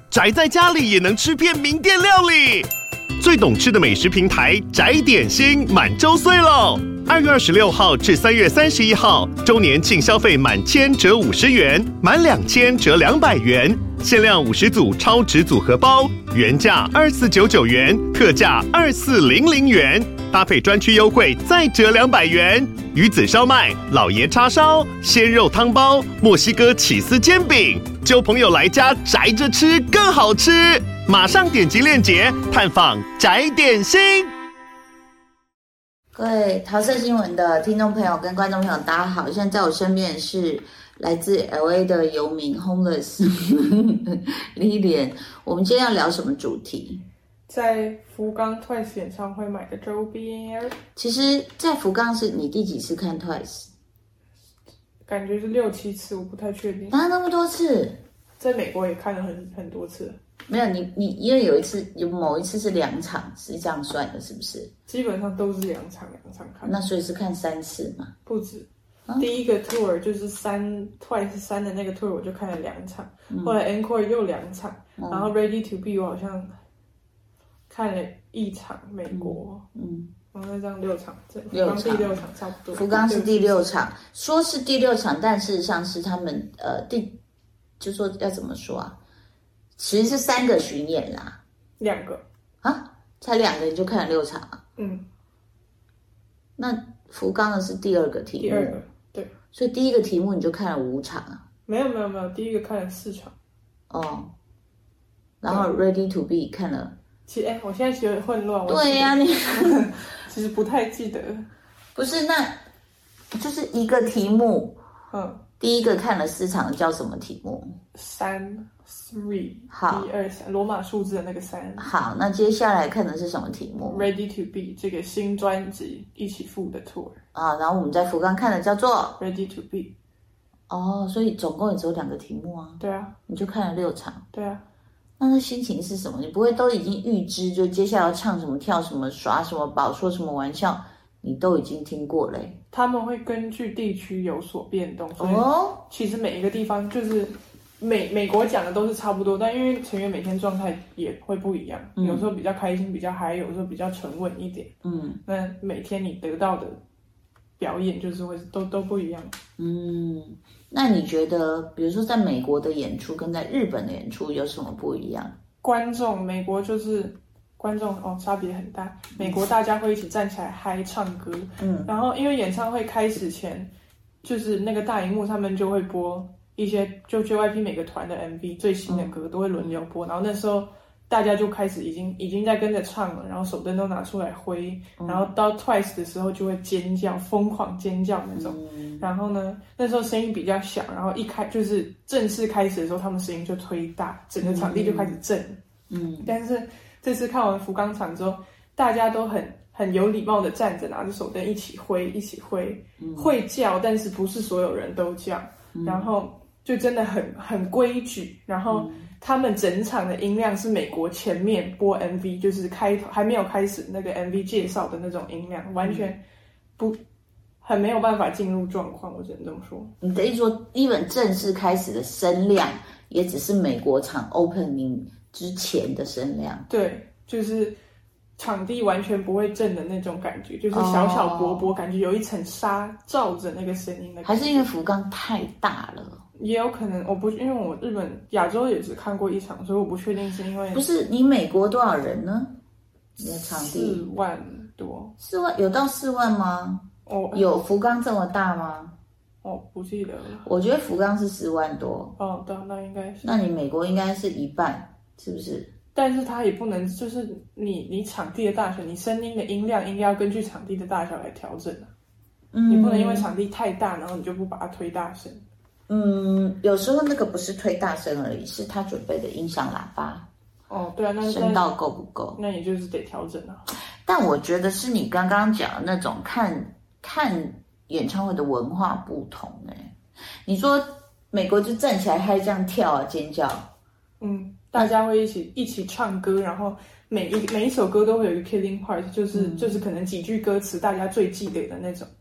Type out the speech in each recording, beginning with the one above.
宅在家里也能吃遍名店料理。最懂吃的美食平台宅点心满周岁喽！2月26号至3月31号，周年庆消费满1000折50元，满2000折200元，限量50组超值组合包，原价2499元，特价2400元，搭配专区优惠再折200元。鱼子烧麦、老爷叉烧、鲜肉汤包、墨西哥起司煎饼，揪朋友来家宅着吃更好吃。马上点击链接探访宅点心。 各位桃色新闻的听众朋友跟观众朋友，大家好！现在在我身边是来自 LA 的游民 Homeless Lilian。我们今天要聊什么主题？ 在福冈 Twice 演唱会买的周边。 其实，在福冈是你第几次看 Twice？ 感觉是6、7次，我不太确定。 哪有那么多次？ 在美国也看了很多次。 没有你因为有某一次是2场，是这样算的，是不是？ 基本上都是2场看。 那所以是看3次嘛？ 不止。第一个 tour 就是Twice 3的那个 tour， 我就看了2场，后来 Encore 又2场，然后 Ready to Be 我好像看了1场美国，然后这样6场，福冈第6场差不多。 福冈是第6场，说是第6场，但事实上是他们就说要怎么说啊？其实是3个巡演啦 ，2个啊，才2个你就看了6场啊？那福冈的是第2个题目， 第2个对， 所以第1个题目你就看了5场啊？ 没有，第1个看了4场哦，然后 Ready to Be 看了。 其实我现在有点混乱。 对呀，你其实不太记得。不是，那就是一个题目。第1个看了4场叫什么题目 ？3 好 ，1、2、3，罗马数字的那个3。 好，那接下来看的是什么题目 ？Ready to Be 这个新专辑一起付的 tour 啊，然后我们在福冈看的叫做 Ready to Be。 哦，所以总共也只有2个题目啊。 对啊， 你就看了6场。 对啊。 那心情是什么？你不会都已经预知，就接下来要唱什么、跳什么、耍什么宝、说什么玩笑，你都已经听过嘞？ 他们会根据地区有所变动，所以其实每一个地方就是美国讲的都是差不多，但因为成员每天状态也会不一样，有时候比较开心、比较嗨，有时候比较沉稳一点。那每天你得到的表演就是会都不一样。 那你觉得，比如说在美国的演出跟在日本的演出有什么不一样？ 美国就是观众差别很大。美国大家会一起站起来嗨唱歌，然后因为演唱会开始前，就是那个大荧幕他们就会播一些就 JYP 每个团的 MV 最新的歌都会轮流播，然后那时候大家就开始已经在跟着唱了，然后手灯都拿出来挥，然后到 Twice 的时候就会尖叫，疯狂尖叫那种。然后呢，那时候声音比较小，然后就是正式开始的时候，他们声音就推大，整个场地就开始震。但是这次看完福冈场之后，大家都很有礼貌的站着，拿着手灯一起挥，会叫，但是不是所有人都叫，然后就真的很规矩，然后他们整场的音量是美国前面播 MV 就是开头还没有开始那个 MV 介绍的那种音量，完全很没有办法进入状况，我只能这么说。 你的意思说 even 正式开始的声量也只是美国场 opening 之前的声量？ 对，就是场地完全不会震的那种感觉，就是小小薄薄，感觉有一层纱罩着那个声音的感觉。 还是因为福冈太大了？ 也有可能，因为我日本亚洲也只看过1场，所以我不确定是因为。 不是，你美国多少人呢？你的场地 4万多。 4万有到4万吗？有福冈这么大吗？ 不记得了。 我觉得福冈是4万多。 对，那应该是。 那你美国应该是1半，是不是？ 但是它也不能，就是你场地的大小，你声音的音量应该要根据场地的大小来调整啊。你不能因为场地太大，然后你就不把它推大声。 有时候那个不是推大声而已，是他准备的音响喇叭。 对啊，那声道够不够？ 那你就是得调整啊。 但我觉得是你刚刚讲的那种看演唱会的文化不同你说美国就站起来还这样跳啊尖叫， 大家会一起唱歌，然后每一首歌都会有一个 killing part，就是可能几句歌词大家最记得的那种。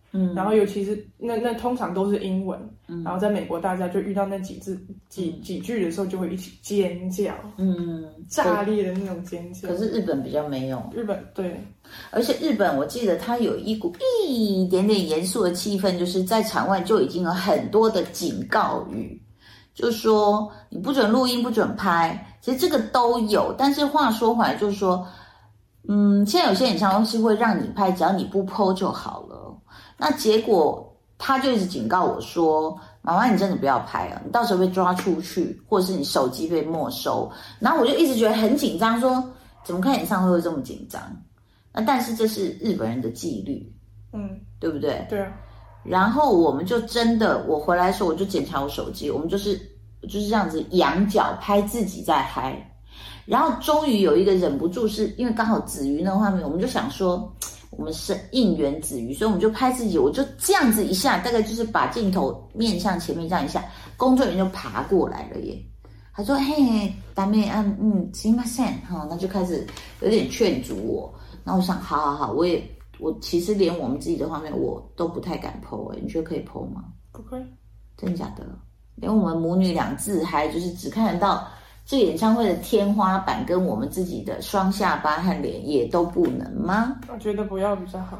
然后尤其是那通常都是英文，然后在美国大家就遇到那几句的时候就会一起尖叫，炸裂的那种尖叫。 可是日本比较没有， 日本对， 而且日本我记得它有一点点严肃的气氛，就是在场外就已经有很多的警告语，就是说你不准录音，不准拍，其实这个都有。但是话说回来，就是说，现在有些演唱会是会让你拍，只要你不 po 就好了。那结果他就一直警告我说：“妈妈，你真的不要拍啊，你到时候被抓出去，或者是你手机被没收。”然后我就一直觉得很紧张，说怎么看演唱会会这么紧张？那但是这是日本人的纪律，对不对？ 对啊。 然后我们就真的，我回来的时候我就检查我手机，我们就是这样子仰角拍自己在嗨。然后终于有一个忍不住，是因为刚好子瑜那画面，我们就想说我们是应援子瑜，所以我们就拍自己，我就这样子一下，大概就是把镜头面向前面这样一下，工作人员就爬过来了耶。他说：“嘿，大妹，すみません。”那就开始有点劝阻我。然后我想，好，我其实连我们自己的画面我都不太敢 po 你觉得可以 po 吗？ 不可以， 真的假的？连我们母女俩自嗨，就是只看得到这个演唱会的天花板跟我们自己的双下巴和脸也都不能吗？ 我觉得不要比较好。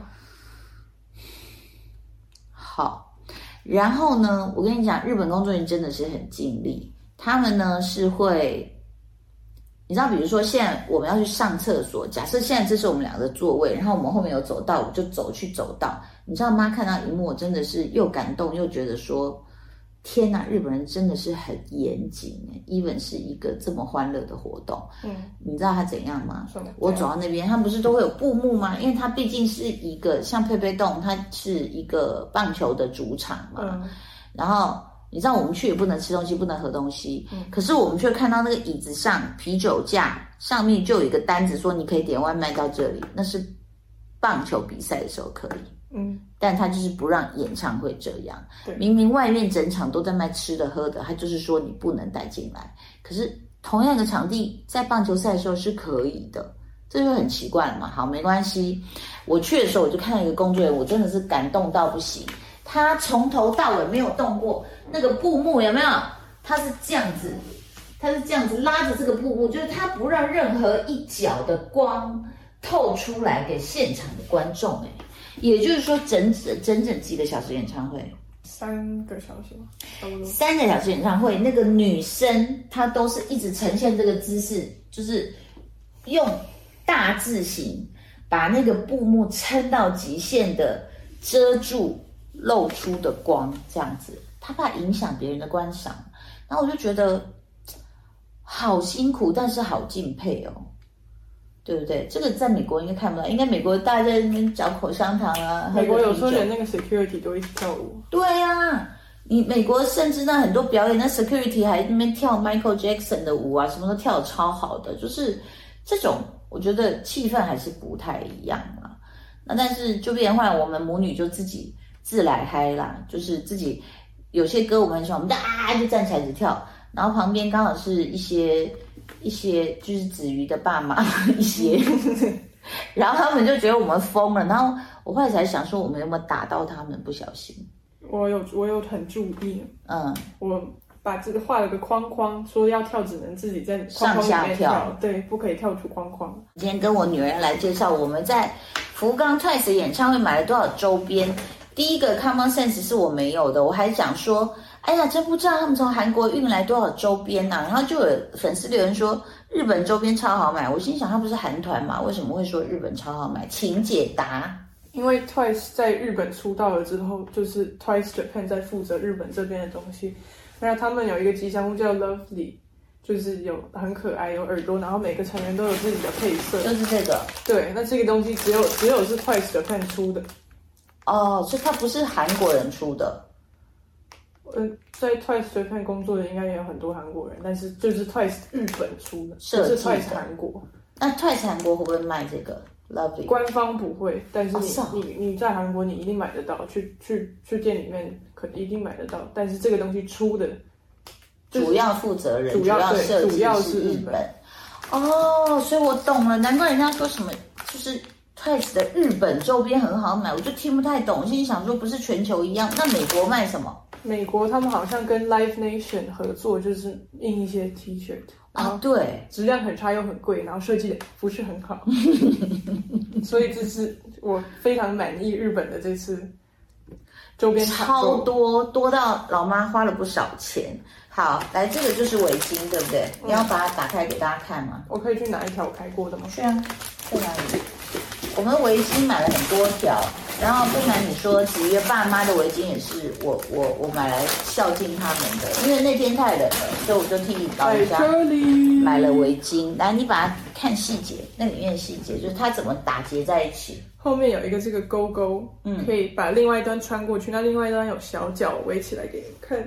好，然后呢，我跟你讲，日本工作人员真的是很尽力，他们呢是会，你知道，比如说现在我们要去上厕所，假设现在这是我们两个的座位，然后我们后面有走道，我就走道，你知道吗？看到荧幕，我真的是又感动又觉得说，天哪，日本人真的是很严谨，even 是一个这么欢乐的活动。你知道他怎样吗？我走到那边，他们不是都会有布幕吗？因为它毕竟是一个像佩佩洞，它是一个棒球的主场嘛。然后你知道我们去也不能吃东西，不能喝东西，可是我们却看到那个椅子上啤酒架上面就有一个单子说你可以点外卖到这里，那是棒球比赛的时候可以。但他就是不让演唱会这样，明明外面整场都在卖吃的喝的，他就是说你不能带进来。可是同样的场地在棒球赛的时候是可以的，这就很奇怪了嘛。好，没关系，我去的时候我就看到一个工作人员，我真的是感动到不行。他从头到尾没有动过那个布幕，有没有？他是这样子拉着这个布幕，就是他不让任何一角的光透出来给现场的观众。也就是说整整几个小时演唱会 ，3个小时吗？差不多 3个小时演唱会，那个女生她都是一直呈现这个姿势，就是用大字形把那个布幕撑到极限的遮住露出的光，这样子，她怕影响别人的观赏。然后我就觉得好辛苦，但是好敬佩哦。对不对？这个在美国应该看不到，应该美国大家在那边嚼口香糖啊。 美国有时候连那个 security 都一直跳舞。 对啊，你美国甚至那很多表演，那 security 还在那边跳 Michael Jackson 的舞啊，什么都跳得超好的，就是这种，我觉得气氛还是不太一样嘛。那但是就变换我们母女就自己自来嗨啦，就是自己有些歌我们很喜欢，我们就站起来一直跳，然后旁边刚好是一些就是子瑜的爸妈一些，然后他们就觉得我们疯了，然后我后来才想说我们有没有打到他们，不小心。 我有很注意，我把这个画了个框框，说要跳只能自己在框框里面跳，对，不可以跳出框框。 今天跟我女儿来介绍我们在福冈 Twice 演唱会买了多少周边。第一个 Common Sense 是我没有的，我还想说哎呀，真不知道他们从韩国运来多少周边啊。然后就有粉丝留言说日本周边超好买，我心想他不是韩团吗？为什么会说日本超好买？请解答。 因为 Twice 在日本出道了之后，就是 Twice Japan 在负责日本这边的东西。然后他们有一个吉祥物叫 Lovely， 就是有很可爱，有耳朵，然后每个成员都有自己的配色。 就是这个。 对，那这个东西只有是 Twice Japan 出的。 哦，所以它不是韩国人出的。 在 Twice Japan 工作的应该也有很多韩国人，但是就是 Twice 日本出的，不是 Twice 韩国。 那 Twice 韩国会不会卖这个 Lovely？ 官方不会，但是你在韩国你一定买得到，去店里面一定买得到。但是这个东西出的主要负责人、主要设计是日本。哦，所以我懂了，难怪人家说什么就是 Twice 的日本周边很好买，我就听不太懂。我心里想说，不是全球一样？那美国卖什么？ 美国他们好像跟 Live Nation 合作，就是印一些 T 恤啊，对， 质量很差又很贵，然后设计的不是很好，所以这是我非常满意日本的这次周边超多到老妈花了不少钱。好，来这个就是围巾，对不对？你要把它打开给大家看吗？ 我可以去拿一条我开过的吗？ 是啊，在哪里？我们围巾买了很多条，然后不瞒你说，子瑜爸妈的围巾也是我买来孝敬他们的，因为那天太冷了，所以我就替老人家买了围巾。来，你把它看细节，那里面的细节就是它怎么打结在一起。 后面有一个这个勾勾，可以把另外一端穿过去，那另外一端有小角围起来给你看。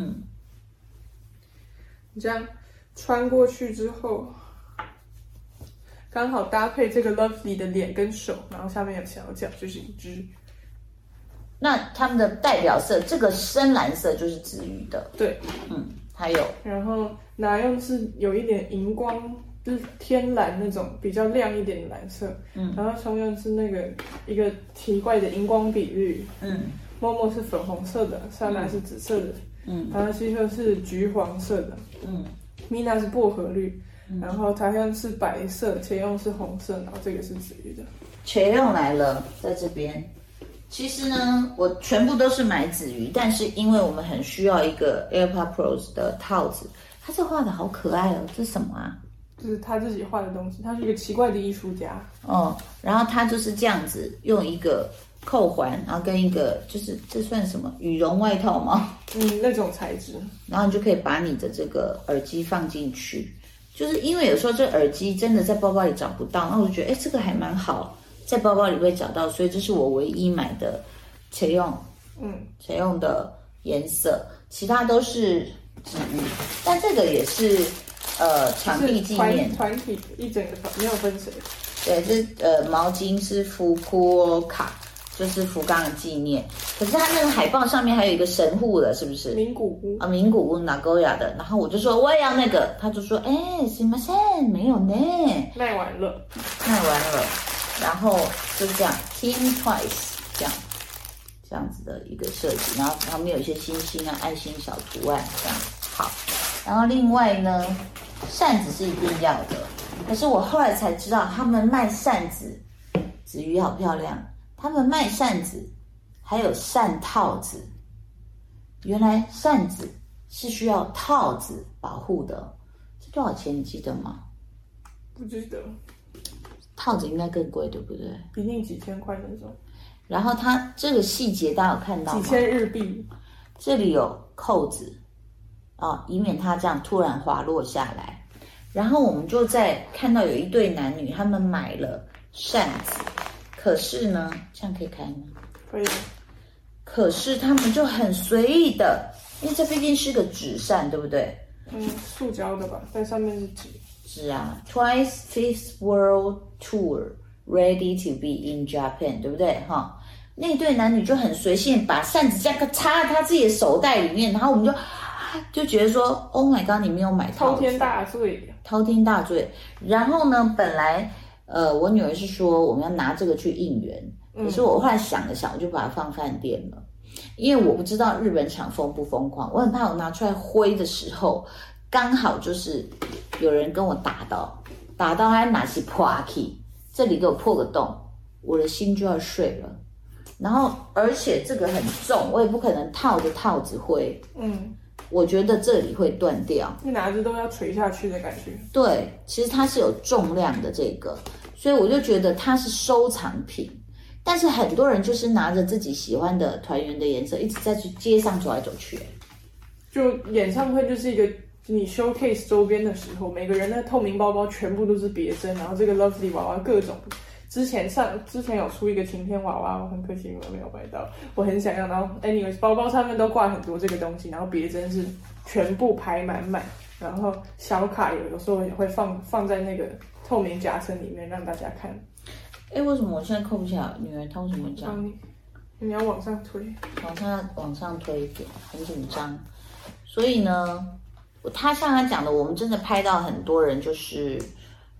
你这样穿过去之后，刚好搭配这个 Lovely 的脸跟手，然后下面有小角，就是一只。 那他们的代表色，这个深蓝色就是子瑜的。 对， 还有， 然后拿用是有一点荧光，就是天蓝那种比较亮一点的蓝色。然后同样是那个一个奇怪的荧光比率。默默是粉红色的，莎娜是紫色的。然后希特是橘黄色的。米娜是薄荷绿。然后台香是白色，茄用是红色，然后这个是紫玉的。 茄用来了，在这边。其实呢，我全部都是买紫鱼，但是因为我们很需要一个 AirPods Pro 的套子，它这画的好可爱哦，这是什么啊？ 就是他自己画的东西，他是一个奇怪的艺术家。 然后他就是这样子用一个扣环，然后跟一个就是这算什么羽绒外套吗？ 那种材质。 然后你就可以把你的这个耳机放进去。就是因为有时候这耳机真的在包包里找不到，那我就觉得这个还蛮好，在包包里会找到，所以这是我唯一买的茄用的颜色，其他都是紫玉，但这个也是场地纪念团体一整个没有分谁。 对，这毛巾是福库卡，就是福冈的纪念。可是它那个海报上面还有一个神户的，是不是？ 名古屋啊，名古屋 Nagoya 的。然后我就说我也要那个，他就说すいません，没有呢， 卖完了。 然后就这样 Team Twice 这样子的一个设计，然后旁边有一些星星啊、爱心小图案这样好。然后另外呢，扇子是一定要的，可是我后来才知道他们卖扇子，子瑜好漂亮，他们卖扇子还有扇套子，原来扇子是需要套子保护的，这多少钱你记得吗？ 不记得。 套子应该更贵，对不对？ 一定几千块那种。 然后它这个细节大家有看到吗？ 几千日币。 这里有扣子以免它这样突然滑落下来。然后我们就在看到有一对男女，他们买了扇子，可是呢，这样可以开吗？ 可以。 可是他们就很随意的，因为这毕竟是个纸扇，对不对？ 塑胶的吧，在上面是纸啊。Twice Fifth World Tour ready to be in Japan， 对不对？那对男女就很随性，把扇子这样插在他自己的手袋里面，然后我们就觉得说 ，Oh my god， 你没有买套子，滔天大罪。然后呢，本来我女儿是说我们要拿这个去应援，可是我后来想了想，我就把它放饭店了，因为我不知道日本厂疯不疯狂，我很怕我拿出来挥的时候，刚好就是有人跟我打到还拿起破气，这里给我破个洞，我的心就要碎了。然后而且这个很重，我也不可能套着套子挥，我觉得这里会断掉， 你拿着都要垂下去的感觉。 对，其实它是有重量的这个，所以我就觉得它是收藏品。但是很多人就是拿着自己喜欢的团员的颜色，一直在去街上走来走去。 就演唱会就是一个你 showcase 周边的时候，每个人的透明包包全部都是别针，然后这个 Lovely 娃娃各种。之前有出一个晴天娃娃，我很可惜我没有买到，我很想要。然后 anyways 包包上面都挂很多这个东西，然后别针是全部排满满，然后小卡有时候也会放在那个透明夹层里面让大家看。 为什么我现在扣不起来？女儿她为什么这样？ 你要往上推， 往上推一点，很紧张。所以呢，像他讲的，我们真的拍到很多人就是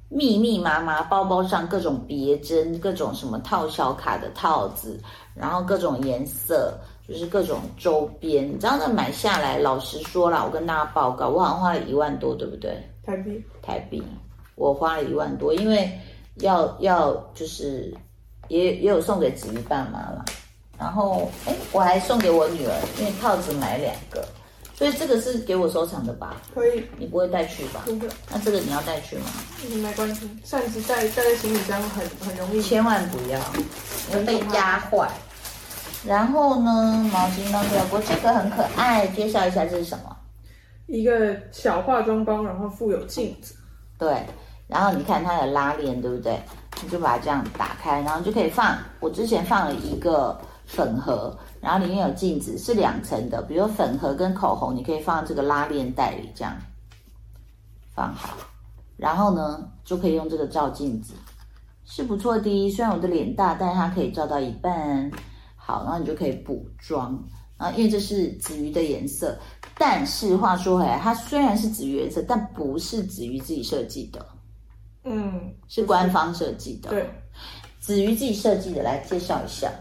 密密麻麻，包包上各种别针，各种什么套小卡的套子，然后各种颜色，就是各种周边。你知道那买下来，老实说啦，我跟大家报告，我好像花了1万多，对不对？台币，我花了1万多，因为要就是也有送给子瑜爸妈啦，然后我还送给我女儿，因为套子买2个。所以这个是给我收藏的吧？ 可以， 你不会带去吧？ 不会。 那这个你要带去吗？ 没关系，扇子带在行李箱很容易。 千万不要，会被压坏。然后呢，毛巾呢？不过这个很可爱，介绍一下这是什么？ 一个小化妆包，然后附有镜子。 对，然后你看它有拉链，对不对？你就把它这样打开，然后就可以放。我之前放了一个粉盒。然后里面有镜子，是2层的，比如粉盒跟口红，你可以放在这个拉链袋里，这样放好。然后呢，就可以用这个照镜子，是不错的。虽然我的脸大，但是它可以照到一半。好，然后你就可以补妆。然后因为这是子瑜的颜色，但是话说回来，它虽然是子瑜颜色，但不是子瑜自己设计的，是官方设计的。 对， 子瑜自己设计的，来介绍一下。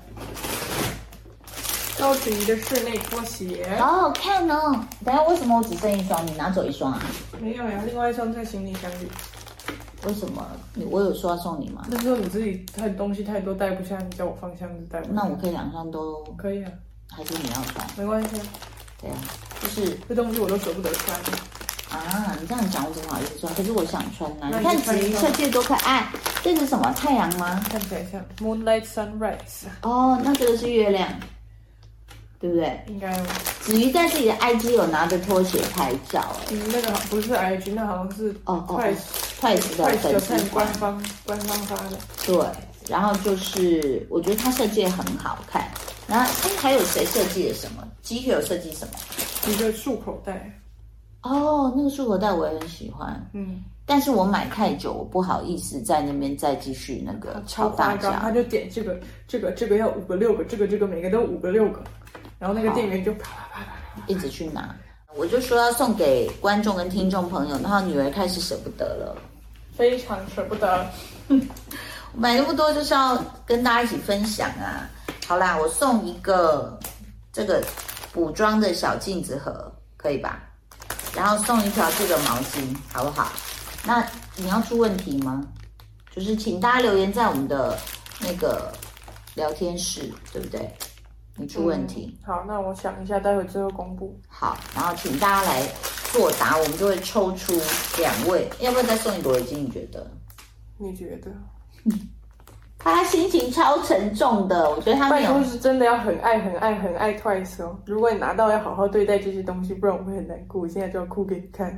高子瑜的室内拖鞋， 好好看哦！等一下为什么我只剩1双？你拿走1双啊？ 没有呀，另外1双在行李箱里。 为什么？我有说要送你吗？ 那时候你自己东西太多带不下，你叫我放箱子带不下。 那我可以2双都可以啊， 还是你要穿？ 没关系啊。 对啊，就是这东西我都舍不得穿啊！你这样讲我怎么好意思穿？可是我想穿啊！你看子瑜设计多可爱，这是什么？太阳吗？ 看起来像 Moonlight Sunrise。 哦，那这个是月亮。对不对？ 应该。 子瑜在自己的 IG 有拿着拖鞋拍照， 那个不是 IG， 那好像是 Twice 的粉丝官方发的。 对，然后就是我觉得他设计很好看。然后还有谁设计了什么？GQ有设计什么？ 一个束口袋。 哦，那个束口袋我也很喜欢。但是我买太久，我不好意思在那边再继续那个吵大架。 他就点这个要5个6个，这个每个都5个6个。然后那个店员就啪一直去拿，我就说要送给观众跟听众朋友，然后女儿开始舍不得了， 非常舍不得。 买那么多就是要跟大家一起分享啊！好啦，我送一个这个补妆的小镜子盒，可以吧？然后送一条这个毛巾，好不好？那你要出问题吗？就是请大家留言在我们的那个聊天室，对不对？你出问题。 好，那我想一下，待会最后公布。 好，然后请大家来作答，我们就会抽出2位。要不要再送一个围巾？你觉得？ 你觉得？ 他心情超沉重的，我觉得他没有。 办公室真的要很爱 Twice 哦。如果你拿到要好好对待这些东西，不然我会很难过。我现在就要哭给你看。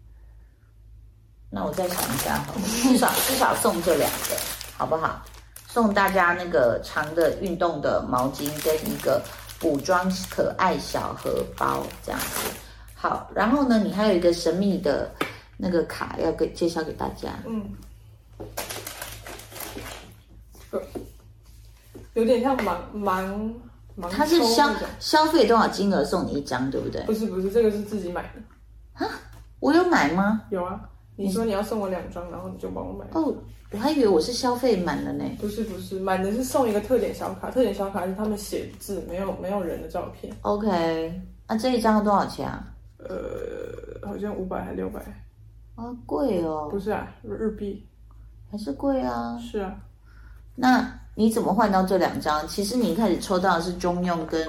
那我再想一下好了，至少送这2个，好不好？送大家那个长的运动的毛巾跟一个补妆可爱小荷包这样子。好，然后呢，你还有一个神秘的那个卡要介绍给大家。 有点像盲它是消费多少金额送你1张，对不对？ 不是，这个是自己买的。 啊，我有买吗？ 有啊，你说你要送我2张，然后你就帮我买。 哦，我还以为我是消费满了呢。 不是，满的是送一个特点小卡，特点小卡是他们写字，没有人的照片。 OK， 那这1张要多少钱啊？ 好像500还600。 啊，贵哦。 不是啊，日币。 还是贵啊。 是啊。 那你怎么换到这2张？其实你一开始抽到的是中用跟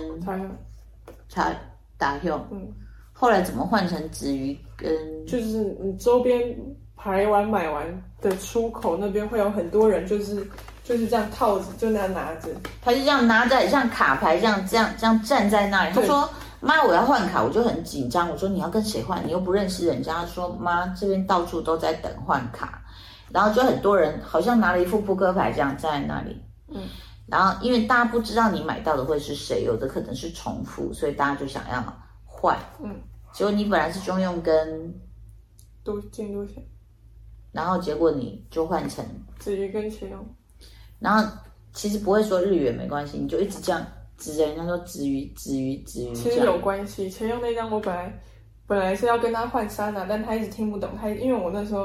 打用，后来怎么换成子瑜跟？ 就是你周边排完买完的出口那边会有很多人，就是这样套子就那样拿着， 他就这样拿着像卡牌这样站在那里。他说：“妈，我要换卡。”我就很紧张。我说：“你要跟谁换？你又不认识人家。”他说：“妈，这边到处都在等换卡。”然后就很多人好像拿了一副扑克牌这样站在那里。然后因为大家不知道你买到的会是谁，有的可能是重复，所以大家就想要换。结果你本来是中用跟多钱， 然后结果你就换成子瑜跟钱用。 然后其实不会说日元没关系，你就一直这样指着人家说子瑜。其实有关系，钱用那张我本来是要跟他换莎娜，但他一直听不懂。因为我那时候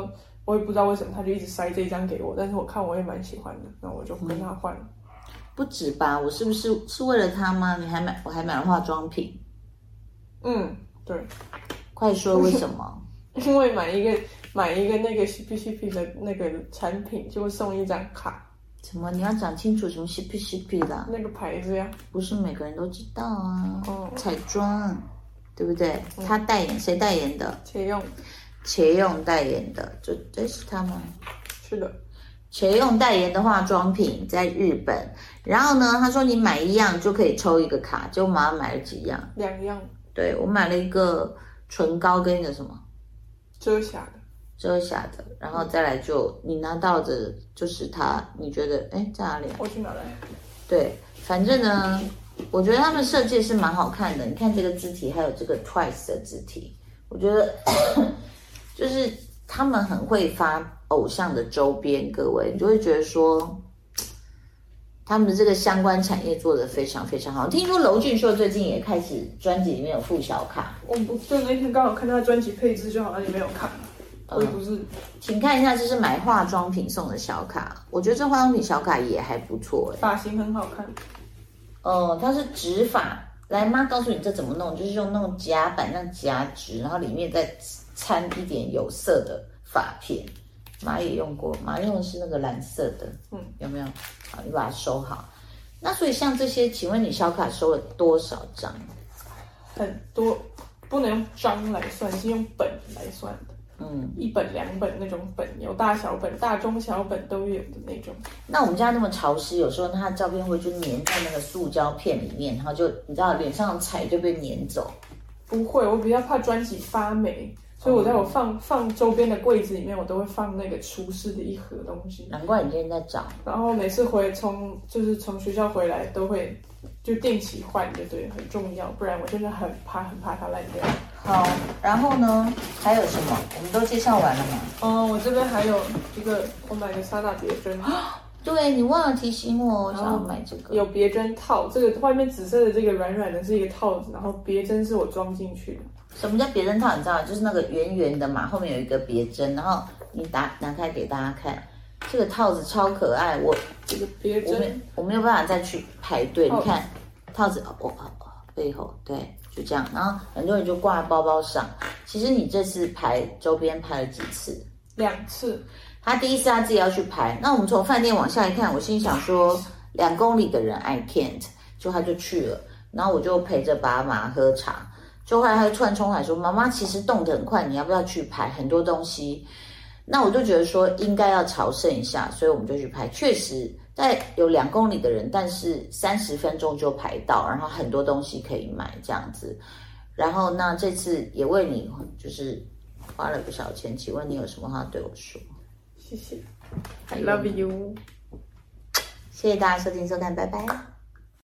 我也不知道为什么他就一直塞这一张给我，但是我看我也蛮喜欢的，那我就跟他换了。 不止吧？我是不是为了他吗？我还买了化妆品。 对。 快说为什么？ 因为买一个那个 CP 的那个产品，就会送一张卡。 什么？你要讲清楚什么 CP 啦？ 那个牌子呀， 不是每个人都知道啊。彩妆，对不对？他代言，谁代言的？且用代言的，这是他吗？ 是的。 且用代言的化妆品在日本，然后呢，他说你买一样就可以抽一个卡，结果马上买了几样？2 样。 对，我买了一个唇膏跟一个什么？ 遮瑕的，然后再来就你拿到的就是它，你觉得在哪里啊？ 我去拿来。 对，反正呢，我觉得他们设计是蛮好看的。你看这个字体，还有这个 Twice 的字体，我觉得就是他们很会发偶像的周边，各位，你就会觉得说他们的这个相关产业做得非常非常好。听说娄俊硕最近也开始专辑里面有附小卡， 我不就那天刚好看他的专辑配置，就好像也没有看。我也不是， 请看一下，这是买化妆品送的小卡，我觉得这化妆品小卡也还不错发型很好看。 它是直发，来妈告诉你这怎么弄，就是用那种夹板这样夹直，然后里面再掺一点有色的发片。妈也用过，妈用的是那个蓝色的，有没有？好，你把它收好。那所以像这些，请问你小卡收了多少张？ 很多，不能用张来算，是用本来算的。1本2本那种本，有大小本、大中小本都有的那种。 那我们家那么潮湿，有时候它的照片会就粘在那个塑胶片里面，然后就你知道脸上踩就被粘走。 不会，我比较怕专辑发霉，所以我在我放周边的柜子里面，我都会放那个厨师的一盒东西。 难怪你今天在找。 然后每次从学校回来都会就定期换，就对，很重要，不然我真的很怕它烂掉。 好，然后呢？还有什么？我们都介绍完了吗？ 我这边还有一个我买的莎娜别针。 对，你忘了提醒我，我想要买这个。 有别针套，这个外面紫色的这个软软的是一个套子，然后别针是我装进去的。 什么叫别针套？你知道，就是那个圆圆的嘛，后面有一个别针，然后你拿开给大家看。这个套子超可爱， 这个别针我没有办法再去排队。你看套子背后对。就这样，然后很多人就挂在包包上。其实你这次排周边排了几次 ？2次。 他第一次他自己要去排，那我们从饭店往下一看，我心想说2公里的人 I can't， 就他就去了，然后我就陪着爸妈喝茶。就后来他就突然冲来说：“妈妈，其实动得很快，你要不要去排很多东西？”那我就觉得说应该要朝圣一下，所以我们就去排。确实，在有2公里的人，但是30分钟就排到，然后很多东西可以买这样子。然后那这次也为你就是花了不少钱，请问你有什么话对我说？ 谢谢 ，I love you。 谢谢大家收听收看，拜拜。